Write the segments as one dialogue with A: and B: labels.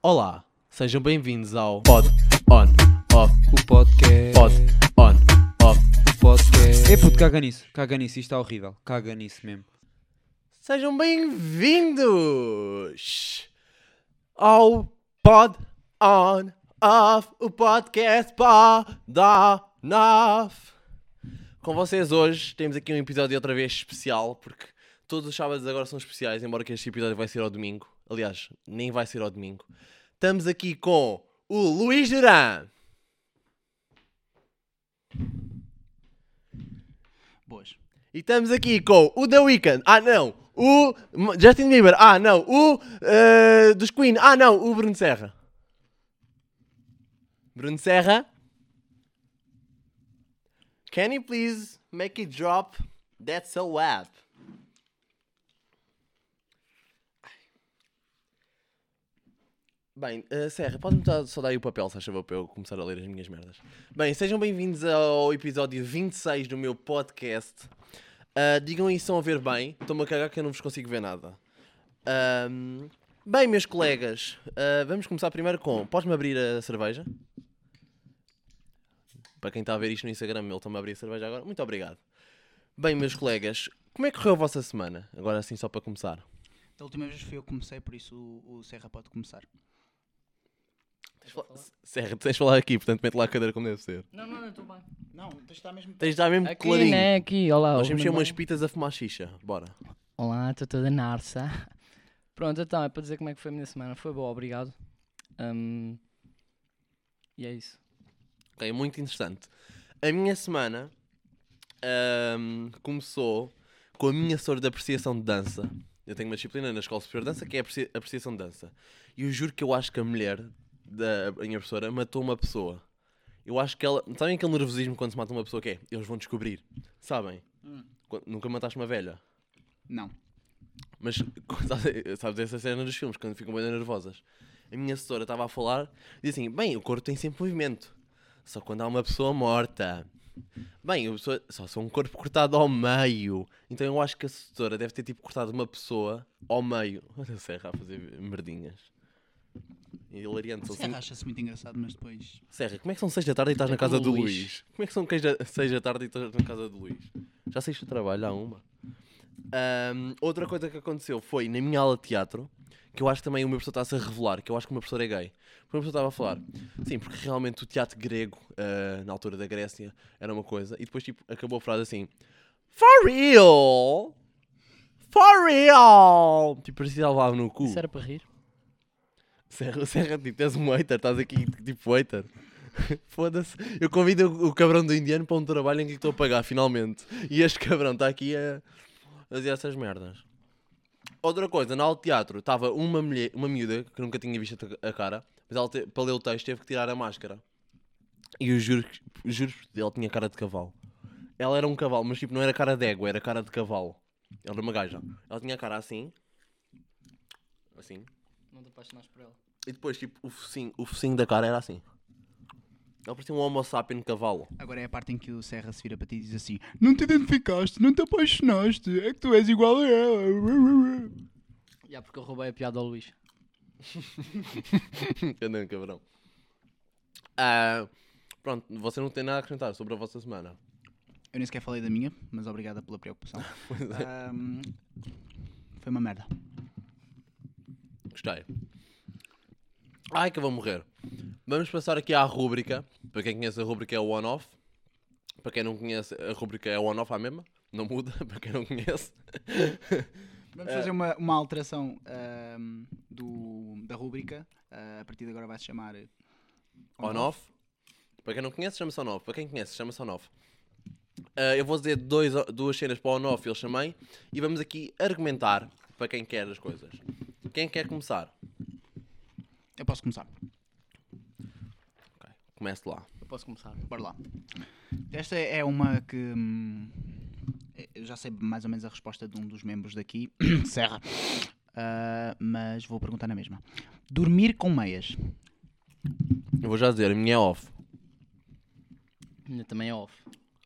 A: Olá, sejam bem-vindos ao Pod On Off,
B: O podcast.
A: Pod On Off,
B: O podcast.
C: É puto, caga nisso, isto está horrível, caga nisso mesmo.
A: Sejam bem-vindos ao Pod On Off, o podcast Pod On Off. Com vocês hoje temos aqui um episódio outra vez especial, porque todos os sábados agora são especiais, embora que este episódio vai ser ao domingo. Aliás, nem vai ser ao domingo. Estamos aqui com o Luís Duran.
B: Boas.
A: E estamos aqui com o The Weeknd. Ah, não. O Justin Bieber. Ah, não. O dos Queen. Ah, não. O Bruno Serra. Bruno Serra. Can you please make it drop? That's so web. Bem, Serra, pode-me só dar aí o papel, se achava, para eu começar a ler as minhas merdas. Bem, sejam bem-vindos ao episódio 26 do meu podcast. Digam aí se estão a ver bem. Estou-me a cagar que eu não vos consigo ver nada. Bem, meus colegas, vamos começar primeiro com... Podes-me abrir a cerveja? Para quem está a ver isto no Instagram, ele está-me a abrir a cerveja agora. Muito obrigado. Bem, meus colegas, como é que correu a vossa semana? Agora assim, só para começar.
B: Da última vez fui eu que comecei, por isso o Serra pode começar.
A: Serra, tu tens de falar aqui, portanto mete lá a cadeira como deve ser.
D: Não, estou bem.
B: Não, tens de estar mesmo...
A: Tens de estar mesmo
D: Aqui,
A: clarinho.
D: né? Aqui, olá.
A: Nós temos
D: tudo
A: umas
D: bem?
A: pitas a fumar xixa. Bora.
D: Olá, estou toda narça. Pronto, então, é para dizer como é que foi a minha semana. Foi boa, obrigado. E é isso.
A: Ok, muito interessante. A minha semana começou com a minha setora de apreciação de dança. Eu tenho uma disciplina na Escola Superior de Dança que é apreciação de dança. E eu juro que eu acho que a mulher da minha professora matou uma pessoa. Eu acho que ela... Sabem aquele nervosismo quando se mata uma pessoa que é? Eles vão descobrir. Sabem? Nunca mataste uma velha.
B: Não.
A: Mas sabes essa cena dos filmes, quando ficam bem nervosas. A minha assessora estava a falar e disse assim: bem, o corpo tem sempre movimento. Só quando há uma pessoa morta. Bem, só se um corpo cortado ao meio. Então eu acho que a assessora deve ter tipo cortado uma pessoa ao meio. Olha a Serra a fazer merdinhas. Hilariante. São
B: Serra acha-se muito engraçado, mas depois...
A: Serra, como é que são 6 da tarde e estás
D: É
A: na casa
D: como
A: do
D: o
A: Luís?
D: Luís.
A: Como é que são 6 da tarde e estás na casa do Luís? Já saíste do trabalho há uma. Outra coisa que aconteceu foi na minha aula de teatro, que eu acho que também o meu professor está-se a revelar, que eu acho que o meu professor é gay. Porque o meu professor estava a falar, sim, porque realmente o teatro grego, na altura da Grécia, era uma coisa, e depois tipo, acabou a frase assim, for real? For real? Tipo, parecia levar no cu.
D: Isso era para rir?
A: Serra, tipo, és um hater, estás aqui tipo hater. Foda-se. Eu convido o cabrão do indiano para um trabalho em que estou a pagar, finalmente. E este cabrão está aqui a fazer essas merdas. Outra coisa, na aula de teatro estava uma miúda que nunca tinha visto a cara, mas ela para ler o texto teve que tirar a máscara. E eu juro que ela tinha cara de cavalo. Ela era um cavalo, mas tipo, não era cara de égua, era cara de cavalo. Ela era uma gaja. Ela tinha a cara assim. Assim.
D: Não te apaixonaste por ela.
A: E depois, tipo, o focinho da cara era assim. Ele parecia um homo sapien cavalo.
B: Agora é a parte em que o Serra se vira para ti e diz assim: não te identificaste, não te apaixonaste, é que tu és igual a ela.
D: Já, porque eu roubei a piada ao Luís.
A: Não, cabrão. Pronto, você não tem nada a acrescentar sobre a vossa semana.
B: Eu nem sequer falei da minha, mas obrigada pela preocupação. Foi uma merda.
A: Gostei. Ai, que eu vou morrer. Vamos passar aqui à rúbrica. Para quem conhece a rúbrica é o on-off. Para quem não conhece, a rúbrica é o on-off à mesma. Não muda, para quem não conhece.
B: Vamos fazer uma alteração da rúbrica. A partir de agora vai se chamar
A: On-off. Para quem não conhece, chama-se on-off. Para quem conhece, chama-se on-off. Eu vou dizer duas cenas para o on-off, eu chamei. E vamos aqui argumentar para quem quer as coisas. Quem quer começar?
B: Eu posso começar.
A: Ok, comece lá.
D: Eu posso começar.
B: Bora lá. Esta é uma que eu já sei mais ou menos a resposta de um dos membros daqui, Serra, mas vou perguntar na mesma. Dormir com meias.
A: Eu vou já dizer, a minha é off.
D: A minha também é off.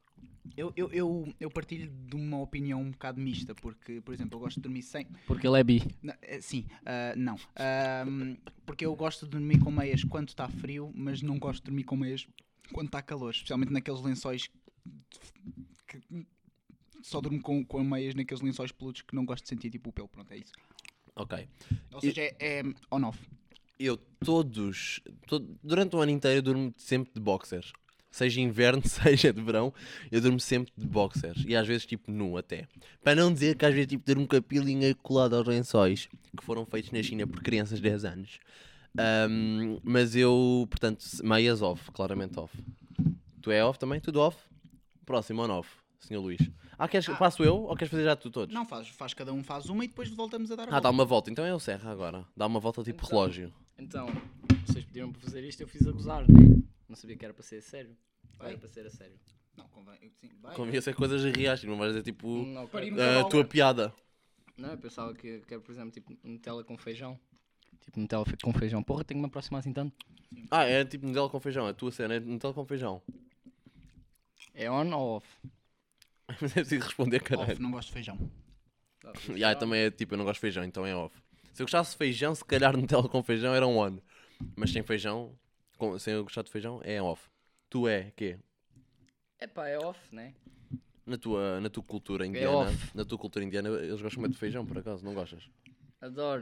B: Eu partilho de uma opinião um bocado mista, porque, por exemplo, eu gosto de dormir sem...
D: Porque ele é bi.
B: Sim, não. Porque eu gosto de dormir com meias quando está frio, mas não gosto de dormir com meias quando está calor, especialmente naqueles lençóis que só durmo com meias naqueles lençóis peludos que não gosto de sentir tipo o pelo. Pronto, é isso.
A: Ok.
B: Ou seja, é on-off.
A: Eu durante o ano inteiro durmo sempre de boxers. Seja inverno, seja de verão, eu durmo sempre de boxers. E às vezes tipo nu até. Para não dizer que às vezes tipo durmo com a pilinha colada aos lençóis, que foram feitos na China por crianças de 10 anos. Mas eu, portanto, meias off, claramente off. Tu é off também? Tudo off? Próximo on-off, Sr. Luís. Passo eu ou queres fazer já tu todos?
B: Não, cada um faz uma e depois voltamos a dar a volta.
A: Dá uma volta. Então é o Serra agora. Dá uma volta tipo
D: Então.
A: relógio.
D: Então, vocês pediram para fazer isto, eu fiz a gozar, né? Não sabia que era para ser a sério. Ou era para ser a sério.
B: Não, convém. Sim, vai.
A: Convia ser coisas reais, não vais dizer tipo
D: Não,
B: Parimos
A: a tua piada.
D: não, eu pensava que era, por exemplo, tipo Nutella com feijão. Tipo Nutella com feijão. Porra, tenho que me aproximar assim tanto.
A: É tipo Nutella com feijão. A tua cena é Nutella com feijão.
D: É on ou off?
A: Mas é preciso responder, caralho.
B: Off, não gosto de feijão.
A: Também é tipo, eu não gosto de feijão, então é off. Se eu gostasse de feijão, se calhar Nutella com feijão era um on. Mas sem feijão, sem eu gostar de feijão, é off. Tu é quê?
D: Epá, é off, né?
A: Na tua cultura indiana,
D: off.
A: na tua cultura indiana, eles gostam muito de feijão, por acaso, não gostas?
D: Adoro.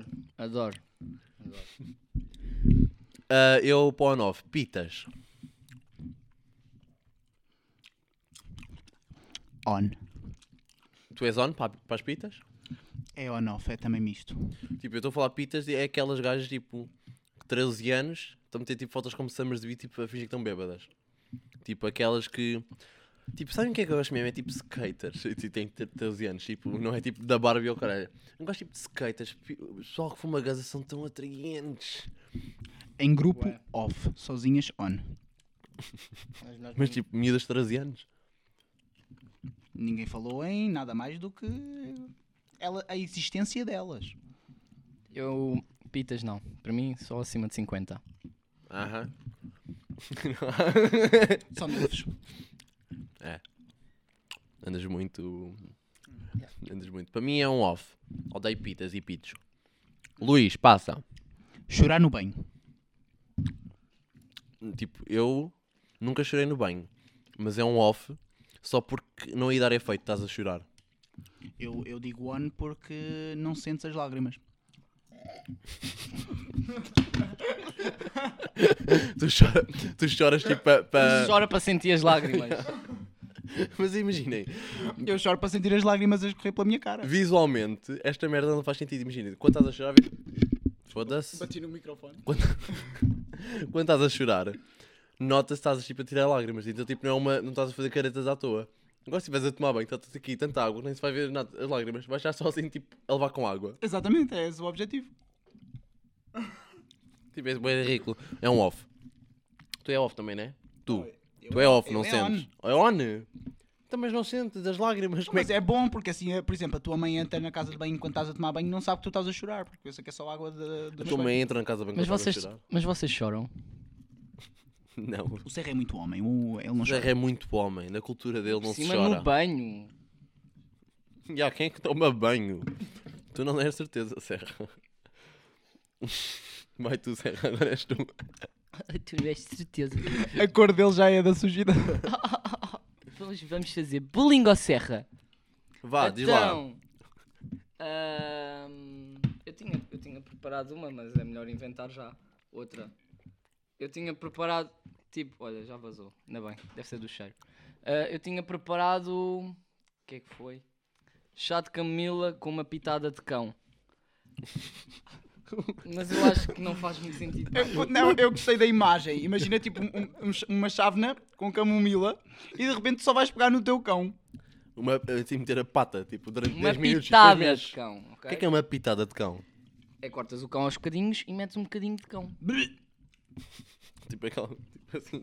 A: Eu para on off, pitas.
B: On.
A: Tu és on para as pitas?
B: É on-off, é também misto.
A: Tipo, eu estou a falar pitas e é aquelas gajas tipo 13 anos, estão a meter tipo fotos como Summersby, tipo a fingir que estão bêbadas. Tipo aquelas que. Tipo, sabem o que é que eu gosto mesmo? É tipo skaters. E tem 13 anos, tipo, não é tipo da Barbie ou caralho. Eu gosto tipo de skaters. O pessoal que fuma gaza são tão atraentes.
B: Em grupo,
D: Ué.
B: off. Sozinhas, on.
A: Mas tipo, miúdas de 13 anos.
B: Ninguém falou em nada mais do que a existência delas.
D: Eu. Pitas não. Para mim, só acima de 50.
A: Aham.
B: São novos.
A: Andas muito. Andas muito. Para mim é um off. Odeio pitas e pitos. Luís, passa.
B: Chorar no banho.
A: Tipo, eu nunca chorei no banho. Mas é um off. Só porque não ia dar efeito, estás a chorar.
B: Eu digo on porque não sentes as lágrimas.
A: Tu choras tipo para.
D: Chora para sentir as lágrimas.
A: Mas imaginem,
B: Eu choro para sentir as lágrimas a escorrer pela minha cara.
A: visualmente, esta merda não faz sentido. Imagina, quando estás a chorar. Foda-se.
B: Bati no microfone.
A: Quando estás a chorar, nota-se que estás tipo, a tirar lágrimas. Então, tipo, não estás a fazer caretas à toa. Agora, se estiveres a tomar banho, estás aqui tanta água, nem se vai ver nada, as lágrimas. Vais estar só assim, tipo, a levar com água.
B: Exatamente, é esse o objetivo.
A: Tipo, é bem ridículo. É um off. Tu é off também, né? Tu
B: Eu
A: é off, não
B: é
A: sentes? É on? Então, mas não sentes as lágrimas. Como é
B: Mas
A: que...
B: é bom porque assim, por exemplo, a tua mãe entra na casa de banho enquanto estás a tomar banho e não sabe que tu estás a chorar, porque pensa que é só água
A: A tua mãe entra na casa bem
D: Mas
A: quando estás
D: vocês,
A: a chorar?
D: mas vocês choram?
A: Não.
B: O Serra é muito homem, ele não
A: O
B: chora.
A: Zé é muito homem. Na cultura dele não
D: Por
A: se
D: cima
A: chora.
D: no banho.
A: Já, quem é que toma banho? Tu não tens certeza, Serra. Vai tu, Serra, agora és tu.
D: Tu tiveste certeza.
B: A cor dele já é da sujidade.
D: Vamos fazer bullying ao Serra.
A: Vá, diz lá.
D: Então, eu tinha preparado uma, mas é melhor inventar já outra. Eu tinha preparado, tipo, olha, já vazou, ainda bem, deve ser do cheiro. Eu tinha preparado, o que é que foi? Chá de camomila com uma pitada de cão. Mas eu acho que não faz muito sentido.
B: Eu gostei da imagem. Imagina tipo uma chávena com camomila e de repente só vais pegar no teu cão.
A: Assim, meter a pata, tipo, durante
D: Uma
A: 10 minutos.
D: pitada
A: depois mexes.
D: de cão,
A: O
D: ok?
A: que é uma pitada de cão?
D: É cortas o cão aos bocadinhos e metes um bocadinho de cão.
A: Tipo aquela. Tipo assim.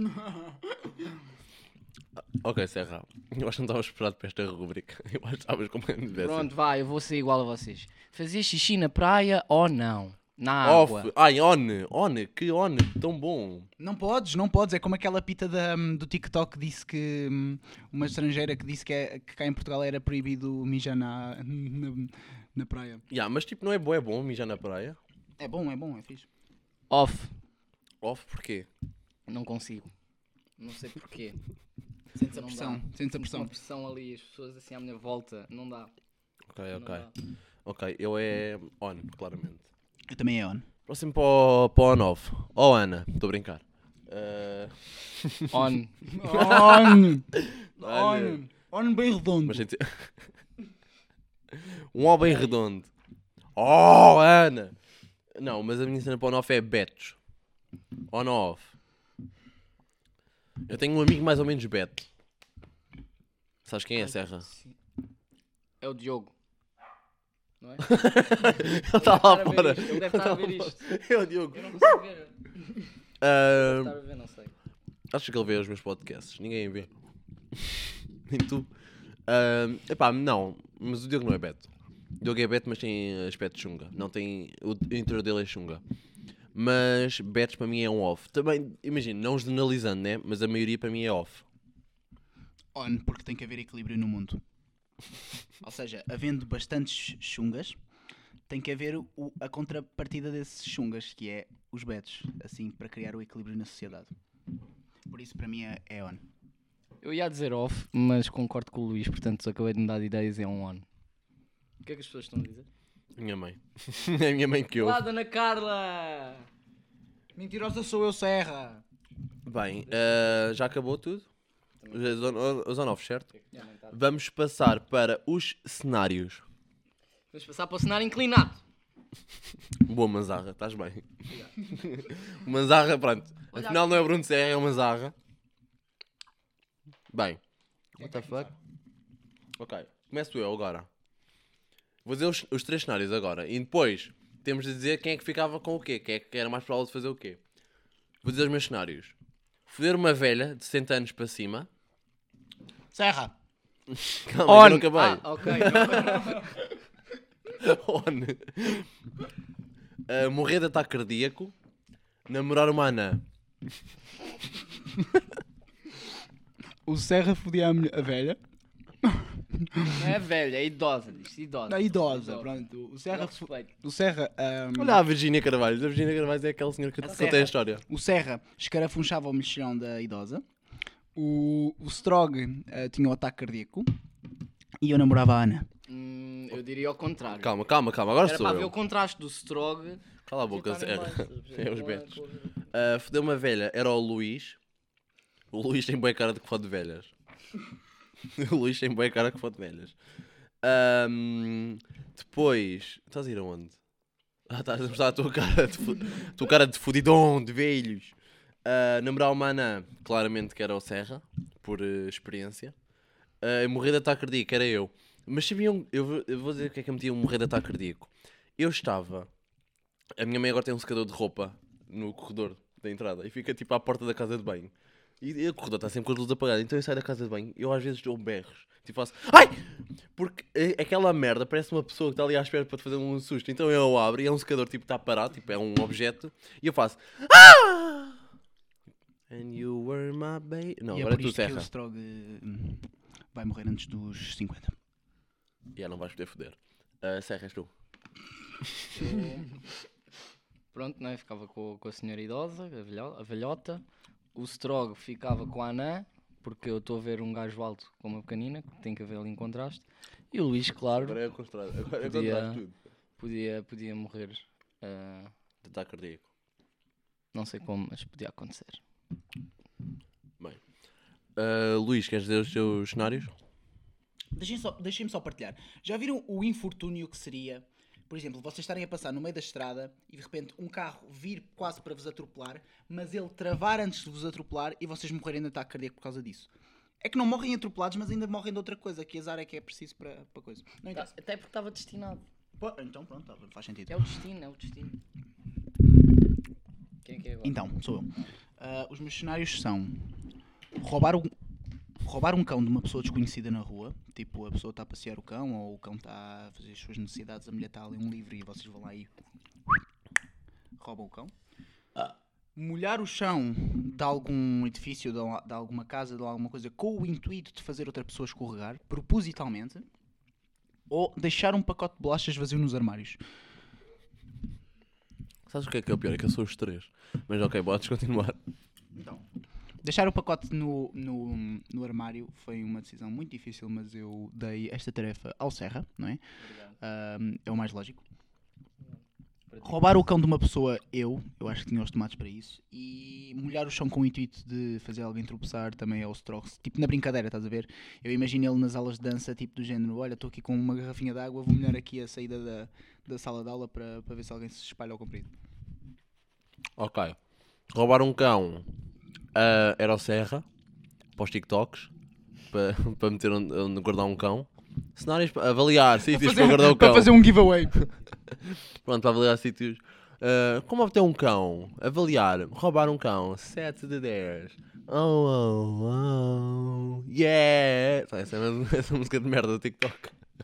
A: Ok, Serra. Eu acho que não estava esperado para esta rubrica. Eu acho que estavas com medo dessa.
D: Pronto, vai, eu vou ser igual a vocês. Fazer xixi na praia ou não? Na água.
A: Off. Ai, on. On. Que on. Tão bom.
B: Não podes. É como aquela pita do TikTok que disse que uma estrangeira que disse que cá em Portugal era proibido mijar na praia.
A: Mas tipo, não é bom mijar na praia?
B: É bom, é fixe.
D: Off.
A: Off porquê?
D: Não consigo. Não sei porquê.
B: Sentes a
D: Não
B: pressão.
D: dá.
B: Sentes a
D: Sinto
B: pressão.
D: uma pressão ali, as pessoas assim à minha volta. Não dá.
A: Ok.
D: Não dá.
A: Ok, eu é on, claramente.
B: Eu também é on.
A: Próximo para o on-off. Oh, Ana, estou a brincar.
D: On.
A: Olha.
B: On bem redondo.
A: Mas gente... um O bem redondo. Oh, Ana! Não, mas a minha cena para on-off é betos. On-off. Eu tenho um amigo mais ou menos beto. Sabes quem é, Serra?
D: É o Diogo. Não é?
A: Ele está lá fora.
D: Ele deve estar a ver isto.
A: É o Diogo.
D: Eu não consigo ver. Deve
A: Ah,
D: estar a ver, não sei.
A: acho que ele vê os meus podcasts. Ninguém vê. Nem tu. Epá, não. Mas o Diogo não é beto. O Diogo é beto, mas tem aspecto de chunga. Não tem... O interior dele é chunga. Mas betos para mim é um off. Também, imagina, não generalizando, né? Mas a maioria para mim é off.
B: On, porque tem que haver equilíbrio no mundo. Ou seja, havendo bastantes chungas, tem que haver a contrapartida desses chungas, que é os betos, assim, para criar o equilíbrio na sociedade. Por isso, para mim, é on.
D: Eu ia dizer off, mas concordo com o Luís, portanto acabei de me dar de ideias e é um on. O que é que as pessoas estão a dizer?
A: Minha mãe. É a minha mãe que ouve.
D: Olá, Dona Carla!
B: Mentirosa sou eu, Serra!
A: Bem, já acabou tudo? Os on-off, certo?
D: Já não está.
A: Vamos passar para os cenários.
D: Vamos passar para o cenário inclinado.
A: Boa Manzarra, estás bem? Manzarra, pronto.
D: Olha
A: Afinal não é Bruno Serra, é o Manzarra. Bem. What the fuck? Ok, começo eu agora. Vou dizer os três cenários agora. E depois temos de dizer quem é que ficava com o quê. Quem é que era mais provável de fazer o quê. Vou dizer os meus cenários. Foder uma velha de 60 anos para cima.
B: Serra!
A: Calma,
D: On!
A: eu não acabei.
D: Ok.
A: On. Morrer de ataque cardíaco. Namorar uma anã.
B: O Serra fodia a velha.
D: Não é velha, é idosa. Diz idosa.
B: A idosa, pronto. O Serra...
D: Respeito.
B: O Serra...
A: Olha a Virgínia Carvalho. A Virgínia Carvalho é aquela senhora que
B: Serra.
A: contei a história.
B: O Serra escarafunchava o mexilhão da idosa. O Strog tinha o ataque cardíaco. E eu namorava a Ana.
D: Eu diria ao contrário.
A: Calma. Agora
D: Era
A: sou
D: para ver
A: eu.
D: o contraste do Strog.
A: Cala a boca,
D: Ficar em
A: Serra.
D: baixo,
A: É os
D: com a-
A: betos.
D: com a-
A: Foder uma velha era o Luís. O Luís tem boa cara de que fode velhas. O Luís tem boa cara que fode velhas. Depois... Estás a ir aonde? Estás a mostrar a tua cara de, tua cara de fudidão, de velhos. Namorar uma anã, claramente que era o Serra, por experiência. Morrer de ataque cardíaco, era eu. Mas sabiam... Eu vou dizer o que é que eu metia um morrer de ataque cardíaco. Eu estava... A minha mãe agora tem um secador de roupa no corredor da entrada e fica tipo à porta da casa de banho. E o corredor está sempre com as luzes apagadas. Então eu saio da casa de banho e eu às vezes dou berros. Tipo faço... Ai! Porque aquela merda parece uma pessoa que está ali à espera para te fazer um susto. Então eu abro e é um secador tipo está parado, tipo é um objeto. E eu faço... Ah! And you were my baby... Não,
B: e é
A: agora é
B: por
A: tu,
B: isto que o
A: Serra.
B: Strog vai morrer antes dos 50.
A: Já não vais poder foder. Serra, és tu.
D: Pronto, né? Ficava com a senhora idosa, a velhota. O Strog ficava com a Anã, porque eu estou a ver um gajo alto com uma pequenina, que tem que haver ali em contraste. E o Luís, claro,
A: Agora é o contrário. Agora é o
D: Podia-
A: contrário de tudo.
D: podia morrer.
A: De ataque cardíaco.
D: Não sei como, mas podia acontecer.
A: Bem. Luís, queres dizer os teus cenários?
B: Deixem-me só partilhar. Já viram o infortúnio que seria, por exemplo, vocês estarem a passar no meio da estrada e de repente um carro vir quase para vos atropelar, mas ele travar antes de vos atropelar e vocês morrerem de ataque cardíaco por causa disso? É que não morrem atropelados, mas ainda morrem de outra coisa. Que azar é que é preciso para coisa. Não interessa.
D: Até porque estava destinado.
B: Então pronto, faz sentido.
D: É o destino, é o destino. Quem é que é agora?
B: Então, sou eu. Os meus cenários são roubar um cão de uma pessoa desconhecida na rua. Tipo, a pessoa está a passear o cão ou o cão está a fazer as suas necessidades, a mulher está a ler um livro e vocês vão lá e roubam o cão. Molhar o chão de algum edifício, de alguma casa, de alguma coisa, com o intuito de fazer outra pessoa escorregar, propositalmente. Ou deixar um pacote de bolachas vazio nos armários.
A: Sabes o que é o pior? É que eu sou os três. Mas ok, podes continuar.
B: Então, deixar o pacote no armário foi uma decisão muito difícil, mas eu dei esta tarefa ao Serra, não é? É o mais lógico. Roubar o cão de uma pessoa, eu acho que tinha os tomates para isso. E molhar o chão com o intuito de fazer alguém tropeçar também é o Strokes. Tipo na brincadeira, estás a ver? Eu imagino ele nas aulas de dança, tipo do género: olha, estou aqui com uma garrafinha de água, vou molhar aqui a saída da sala de aula para ver se alguém se espalha ao comprido.
A: Ok. Roubar um cão era o Serra, para os TikToks, para meter onde guardar um cão. Cenários para avaliar sítios para guardar o cão.
B: Para fazer um giveaway.
A: Pronto, para avaliar sítios. Como obter um cão? Avaliar. Roubar um cão. 7 de 10. Oh. Yeah. Essa é a música de merda do TikTok.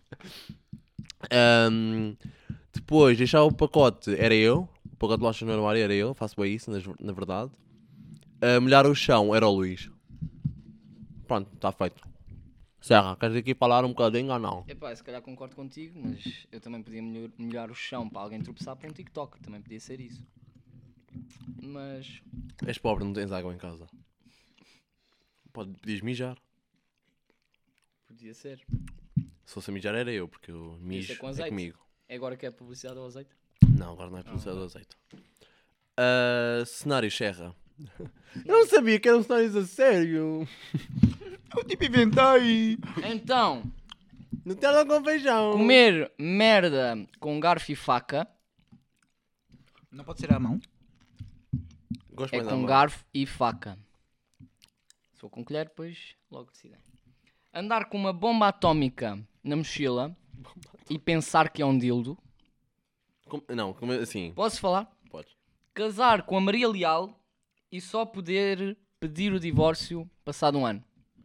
A: Depois, deixar o pacote. Era eu. O pacote de bolachas no armário era eu. Faço bem isso, na verdade. Molhar o chão era o Luís. Pronto, está feito. Serra, queres aqui falar um bocadinho ou não?
D: Epá, se calhar concordo contigo, mas eu também podia molhar o chão para alguém tropeçar para um TikTok. Também podia ser isso. Mas...
A: És pobre, não tens água em casa. Podias mijar.
D: podia ser.
A: Se fosse a mijar era eu, porque eu
D: Podia
A: mijo
D: ser com
A: é
D: azeite.
A: comigo.
D: É agora que é publicidade ao azeite?
A: Não, agora não é publicidade do azeite. Cenário Serra. Eu não sabia que eram cenários a sério.
B: Eu tipo inventei.
D: Então,
A: Nutella com feijão.
D: comer merda com garfo e faca
B: Não pode ser à mão.
A: Gosto
D: é
A: mais da
D: com
A: mão.
D: garfo e faca. Se for com colher, depois logo decidem. Andar com uma bomba atómica na mochila e pensar que é um dildo.
A: Não, assim.
D: Posso falar?
A: Podes.
D: Casar com a Maria Leal e só poder pedir o divórcio passado um ano.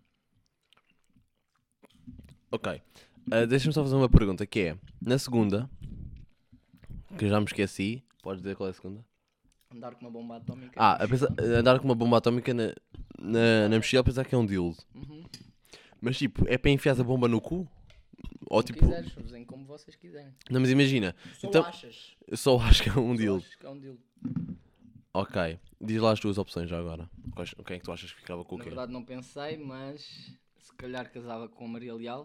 A: Ok. Deixa-me só fazer uma pergunta, que é, na segunda, que eu já me esqueci, podes dizer qual é a segunda?
D: Andar com uma bomba atómica.
A: Andar com uma bomba atómica na mochila a pensar que é um dildo.
D: Uhum.
A: Mas tipo, é para enfiar a bomba no cu? Ou
D: Como
A: tipo...
D: quiseres, usem como vocês quiserem.
A: Não, mas imagina.
D: Só
A: Então,
D: achas.
A: eu só acho que é um
D: Só
A: dildo.
D: achas que é um dildo.
A: Ok. Diz lá as tuas opções já agora. Quem é que tu achas que ficava com o
D: Na
A: quê?
D: verdade não pensei, mas se calhar casava com a Maria Leal.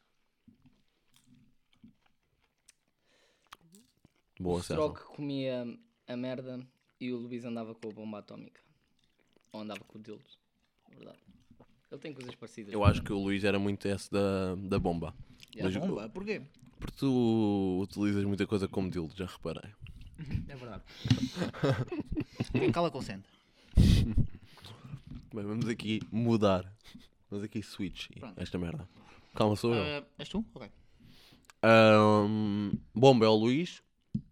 A: Boa,
D: O
A: Sérgio.
D: Stroke comia a merda e o Luís andava com a bomba atómica. Ou andava com o dildo. Na verdade. Ele tem coisas parecidas.
A: Eu acho que o Luís era muito esse da bomba.
D: Yeah.
A: Mas-
B: Bomba? Porquê?
A: Porque tu utilizas muita coisa como dildo, já reparei.
B: É verdade. Cala consente.
A: Bem, vamos aqui mudar. Vamos aqui switch
B: Pronto.
A: esta merda. Calma, sou eu.
B: És tu? Ok.
A: Bomba é o Luís.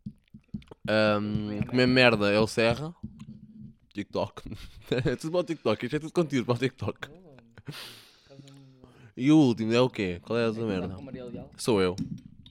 A: Comer merda é o Serra. TikTok. É tudo para o TikTok. Isto é tudo conteúdo para o TikTok. E o último é o quê? Qual é a tua
D: Andava
A: merda?
D: com a Maria Leal.
A: Sou eu.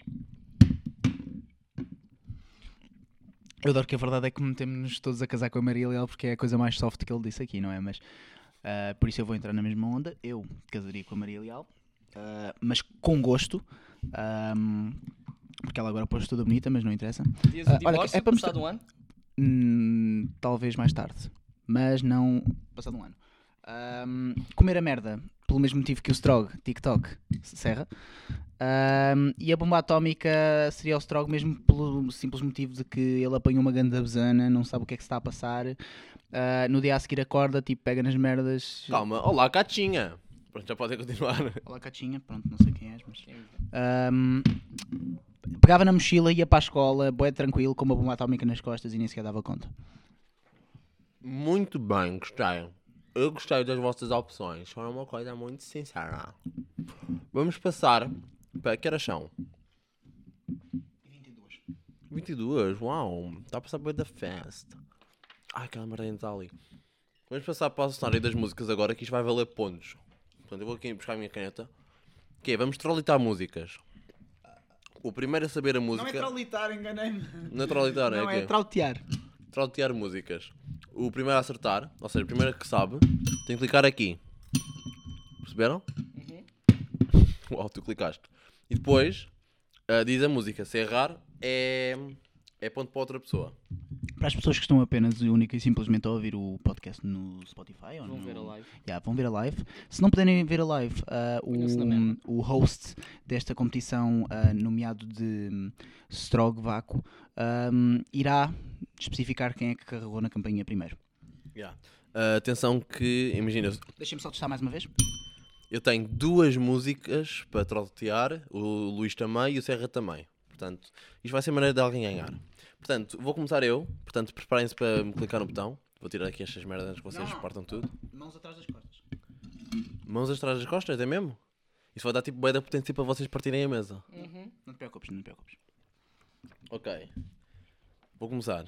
B: Eu adoro que a verdade é que metemos-nos todos a casar com a Maria Leal porque é a coisa mais soft que ele disse aqui, não é? Mas por isso eu vou entrar na mesma onda. Eu casaria com a Maria Leal, mas com gosto. Porque ela agora pôs toda bonita, mas não interessa.
D: Dias o
B: olha,
D: divórcio
B: é para
D: passado um ano.
B: Talvez mais tarde, mas não passado um ano. Comer a merda pelo mesmo motivo que o Strog, TikTok, Serra. E a bomba atómica seria o Strog mesmo pelo simples motivo de que ele apanhou uma grande besana, não sabe o que é que se está a passar. No dia a seguir acorda, tipo, pega nas merdas.
A: Calma. Olá, Catinha. Pronto, já podem continuar.
B: Olá, Catinha, pronto, não sei quem és, mas. Pegava na mochila, ia para a escola, bué tranquilo, com uma bomba atómica nas costas e nem sequer dava conta.
A: Muito bem, gostei. Eu gostei das vossas opções. Foram uma coisa muito sincera. Vamos passar para que horas são?
B: 22.
A: 22, uau. Está a passar para da festa. Ai, aquela merda ainda está ali. Vamos passar para o cenário das músicas agora, que isto vai valer pontos. Portanto, eu vou aqui buscar a minha caneta. Que é, vamos trolitar músicas. O primeiro a saber a música...
B: traulitar, enganei-me.
A: Não é trolitar,
B: Não,
A: é
B: é
A: quê?
B: trautear.
A: trotear músicas. O primeiro a acertar, ou seja, o primeiro que sabe, tem que clicar aqui. Perceberam? Uau, tu clicaste. E depois diz a música. Se errar, é ponto para outra pessoa.
B: Para as pessoas que estão apenas e única e simplesmente a ouvir o podcast no Spotify ou
D: Vão ver a live.
B: Vão ver a live. Se não puderem ver a live,
D: Ponham-se na merda.
B: o host desta competição, nomeado de Strog Vaco, irá especificar quem é que carregou na campainha primeiro.
A: Yeah. Atenção que, imagina,
B: Deixem-me só testar mais uma vez.
A: eu tenho 2 músicas para trotear, o Luís também e o Serra também. Portanto, isto vai ser a maneira de alguém ganhar. Portanto, vou começar eu. Portanto, preparem-se para me clicar no botão. Vou tirar aqui estas merdas antes que vocês partam tudo.
B: Mãos atrás das costas.
A: Mãos atrás das costas, é mesmo? Isso vai dar tipo bué da potência para vocês partirem a mesa.
B: Não te preocupes, não te preocupes.
A: Ok. Vou começar.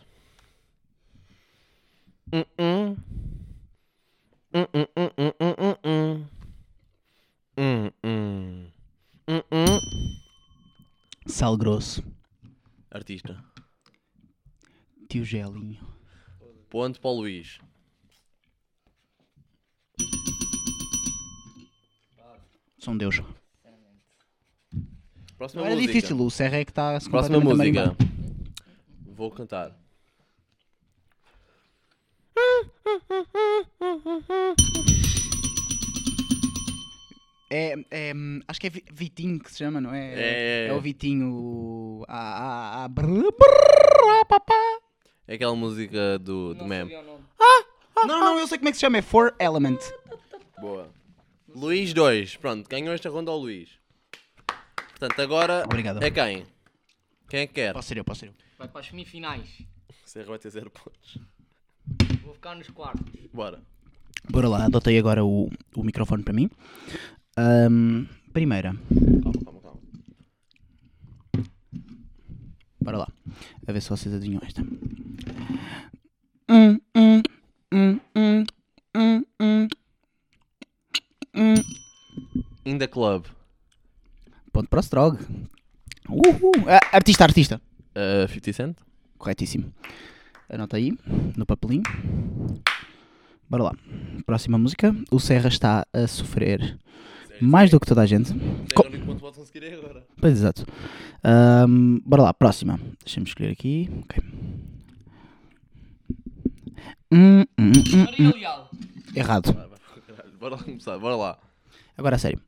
B: Sal grosso.
A: Artista.
B: Tio Gelinho.
A: Ponto para o Luís.
B: São Deus.
A: Próxima
B: Não era
A: música.
B: difícil, o Serra é que está
A: Próxima
B: completamente a
A: música.
B: marimbar.
A: Vou cantar.
B: Acho que é Vitinho que se chama, não é?
A: É.
B: É o Vitinho.
A: É aquela música do
D: Não
A: meme.
D: sabia o nome.
B: Não, eu sei como é que se chama, é Four Element.
A: Boa. Luís 2. Pronto, ganhou esta ronda ao Luís. Portanto, agora
B: Obrigado.
A: é quem? Quem é que quer?
B: Posso ser eu.
D: Vai para as semifinais.
A: Serra vai ter 0 pontos.
D: Vou ficar nos quartos.
A: Bora.
B: Bora lá, adotei agora o microfone para mim. Primeira,
A: Calma.
B: bora lá. A ver se vocês adivinham esta.
A: In the club.
B: Ponto para o Strog. Artista.
A: 50 Cent.
B: Corretíssimo. Anota aí, no papelinho. Bora lá. Próxima música. O Serra está a sofrer mais do que toda a gente.
A: É o único ponto que vão conseguir agora.
B: Pois, exato. Bora lá, próxima. Deixa-me escolher aqui. Ok.
D: Maria Leal.
B: Errado.
A: Bora lá começar, bora lá.
B: Agora a sério.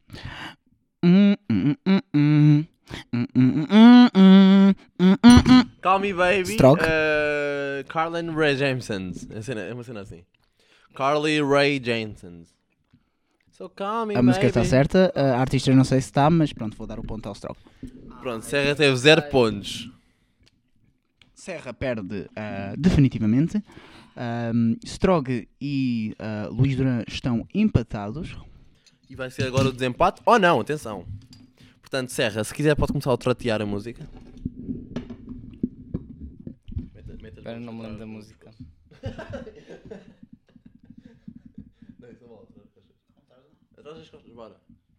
A: Call Me Baby.
B: Strog.
A: Carly Rae Jepsen. É uma cena assim. Carly Rae Jepsen. So call me
B: A música está
A: baby.
B: certa. A artista eu não sei se está, mas pronto, vou dar o ponto ao Strog.
A: Pronto, Serra teve 0 pontos.
B: Serra perde definitivamente. Strog e Luís Duran estão empatados.
A: E vai ser agora o desempate? Oh não, atenção. Portanto, Serra, se quiser pode começar a trotear a música.
D: Espera, não me lembro da música.
A: Não, isso é mal. Atrás das costas, bora.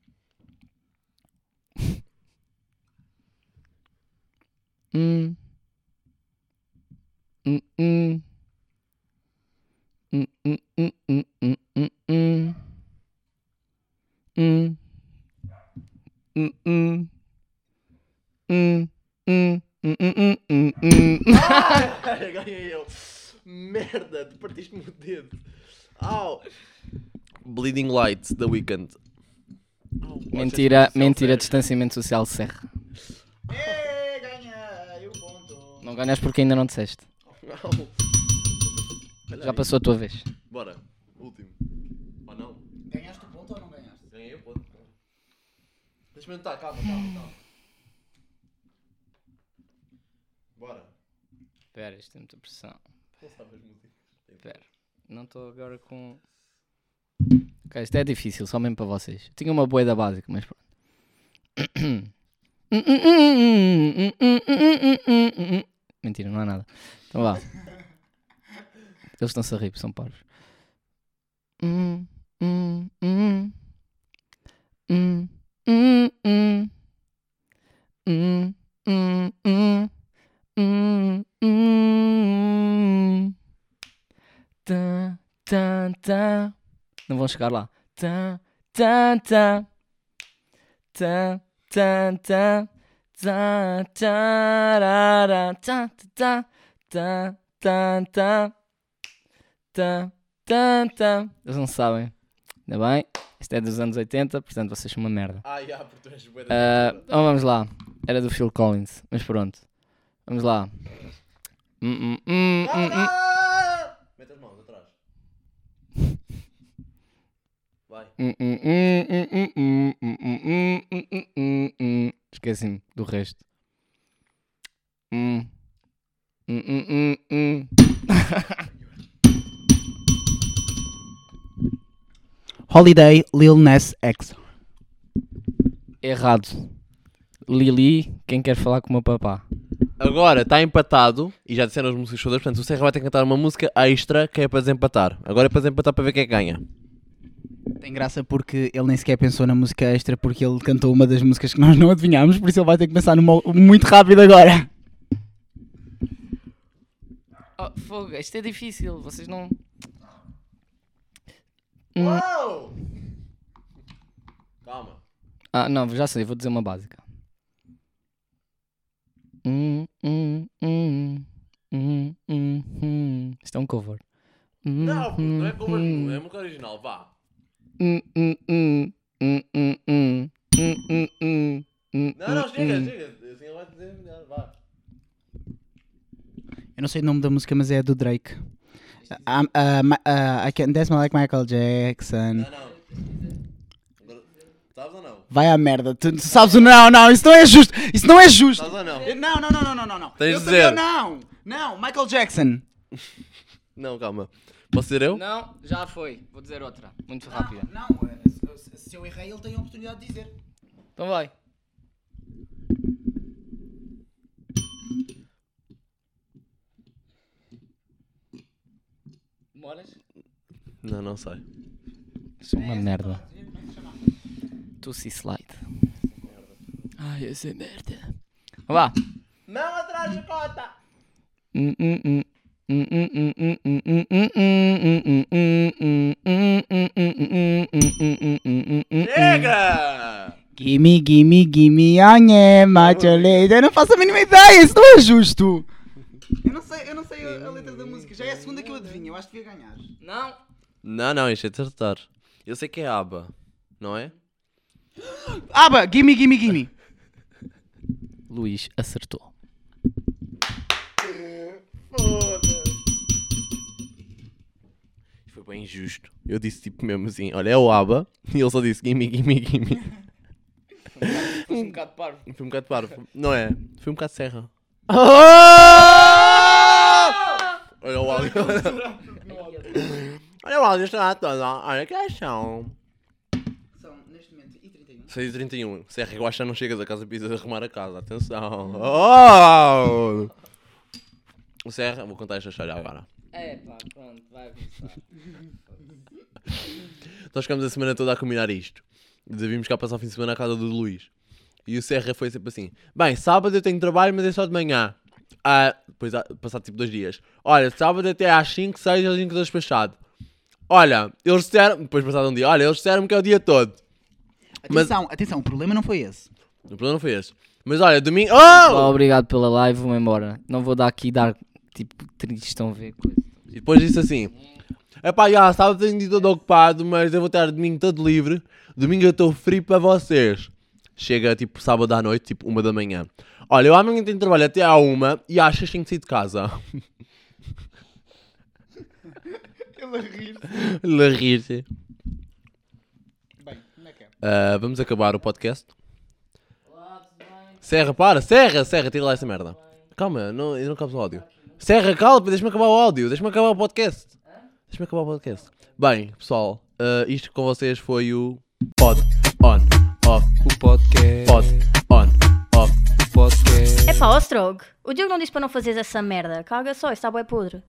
A: Ganhei eu. Merda, tu partiste-me o dedo. Au. Bleeding Lights, The Weeknd. Au,
D: Mentira,
A: acho que
D: mentira,
A: é
D: distanciamento social Serra.
B: Ganhei o ponto.
D: Não ganhas porque ainda não disseste.
A: sério. Olha
D: Já
A: aí.
D: passou a tua vez.
A: Bora, último. Ou não?
B: Ganhaste o ponto ou não ganhaste?
A: Ganhei o ponto. Deixa-me anotar, calma. Bora.
D: Espera, isto tem muita pressão.
A: Não sabes as músicas.
D: Espera, não estou agora com... Ok, isto é difícil, só mesmo para vocês. Tinha uma boeda básica, mas pronto. Mentira, não há nada. Então vá. Eles estão-se a rir, são parvos. Tan, tan, tan. Não vão chegar lá. Tan, tan, tan. Tan, tan, tan. Tan, tarara, tan, tan, tan, tan, tan. Tan, tan, tan. Eles não sabem. Ainda bem. Isto é dos anos 80, portanto vocês são uma merda.
A: Porque tu és bué da
D: Então vamos lá. Era do Phil Collins, mas pronto. Vamos lá.
A: Mete as mãos atrás. Vai.
D: Esqueci-me do resto.
B: Holiday, Lil Nas X.
D: Errado. Lili, quem quer falar com o meu papá?
A: Agora está empatado e já disseram as músicas todas, portanto o Serra vai ter que cantar uma música extra que é para desempatar. Agora é para desempatar para ver quem é que ganha.
B: Tem graça porque ele nem sequer pensou na música extra porque ele cantou uma das músicas que nós não adivinhámos, por isso ele vai ter que pensar numa muito rápido agora.
D: Oh, fogo, isto é difícil, vocês não...
A: Uau! Calma.
D: Não, já sei, vou dizer uma básica. Isto é um cover.
A: Não, não é cover nenhum, é música original, vá. Não, chega. Assim ele vai dizer melhor, vá.
B: Eu não sei o nome da música, mas é do Drake. I Can't Dance Like Michael Jackson.
A: Não. Sabes ou não?
B: Vai à merda. Tu sabes o não, isso não é justo. Isso não é justo.
A: Sabes ou não?
B: Não.
A: Tens
B: Eu
A: de
B: sabia,
A: dizer.
B: Não, Michael Jackson.
A: Não, calma. Posso ser eu?
D: Não, já foi. Vou dizer outra, muito rápida.
B: Não, se eu errei, ele tem a oportunidade de dizer.
D: Então vai. Demoras?
A: Não sei.
D: Sou uma merda. Tussi Slide. Ai, essa é merda. Vá.
A: Mão atrás da cota! Chega!
B: Gimme, anhe, machole. Eu não faço a mínima ideia, isso não é justo. Eu não sei a letra da música, já é a segunda que eu adivinho, eu acho que devia ganhar.
D: Não.
A: Não, isto é de acertar. Eu sei que é ABBA, não é?
B: Aba, gimme.
D: Luís acertou.
A: Foi bem injusto. Eu disse tipo mesmo assim, olha, é o ABBA, e ele só disse gimme.
D: Foi um bocado parvo.
A: Foi um bocado parvo, não é? Foi um bocado serra. Olha o áudio. Olha o áudio, está todo. Olha que são.
B: São, neste momento, e 31.
A: 6h31. Serra, eu acho que já não chegas a casa, precisas arrumar a casa. Atenção. Oh! O Serra, vou contar esta história agora.
D: Pronto, vai começar.
A: Nós ficamos a semana toda a combinar isto. Devíamos cá passar o fim de semana à casa do Luís. E o Serra foi sempre assim: bem, sábado eu tenho trabalho, mas é só de manhã. Depois, passado tipo 2 dias. Olha, sábado até às 5, 6, às 5 despachado. Olha, eles disseram. Depois passado um dia, olha, eles disseram que é o dia todo.
B: Atenção, o problema não foi esse.
A: O problema não foi esse. Mas olha, domingo. Oh!
D: Obrigado pela live, vou-me embora. Não vou dar tipo tristes, estão a ver coisa.
A: E depois disse assim: epá, sábado tenho dia todo ocupado, mas eu vou estar domingo todo livre. Domingo eu estou free para vocês. Chega tipo sábado à noite, tipo 1 da manhã. Olha, eu amanhã tenho trabalho até à 1 e às 6 tenho que sair de casa. Ele a rir-se.
B: Bem, como é que é?
A: Vamos acabar o podcast. Serra, para! Serra, tira lá essa merda. Calma, não acabas o áudio. Serra, calma, deixa-me acabar o áudio. Deixa-me acabar o podcast. Bem, pessoal, isto com vocês foi o Pod On Off.
C: O podcast.
A: Pod On Off.
C: O podcast.
E: É pá, ó Strog, o Diogo não disse para não fazeres essa merda. Caga só, está bué podre.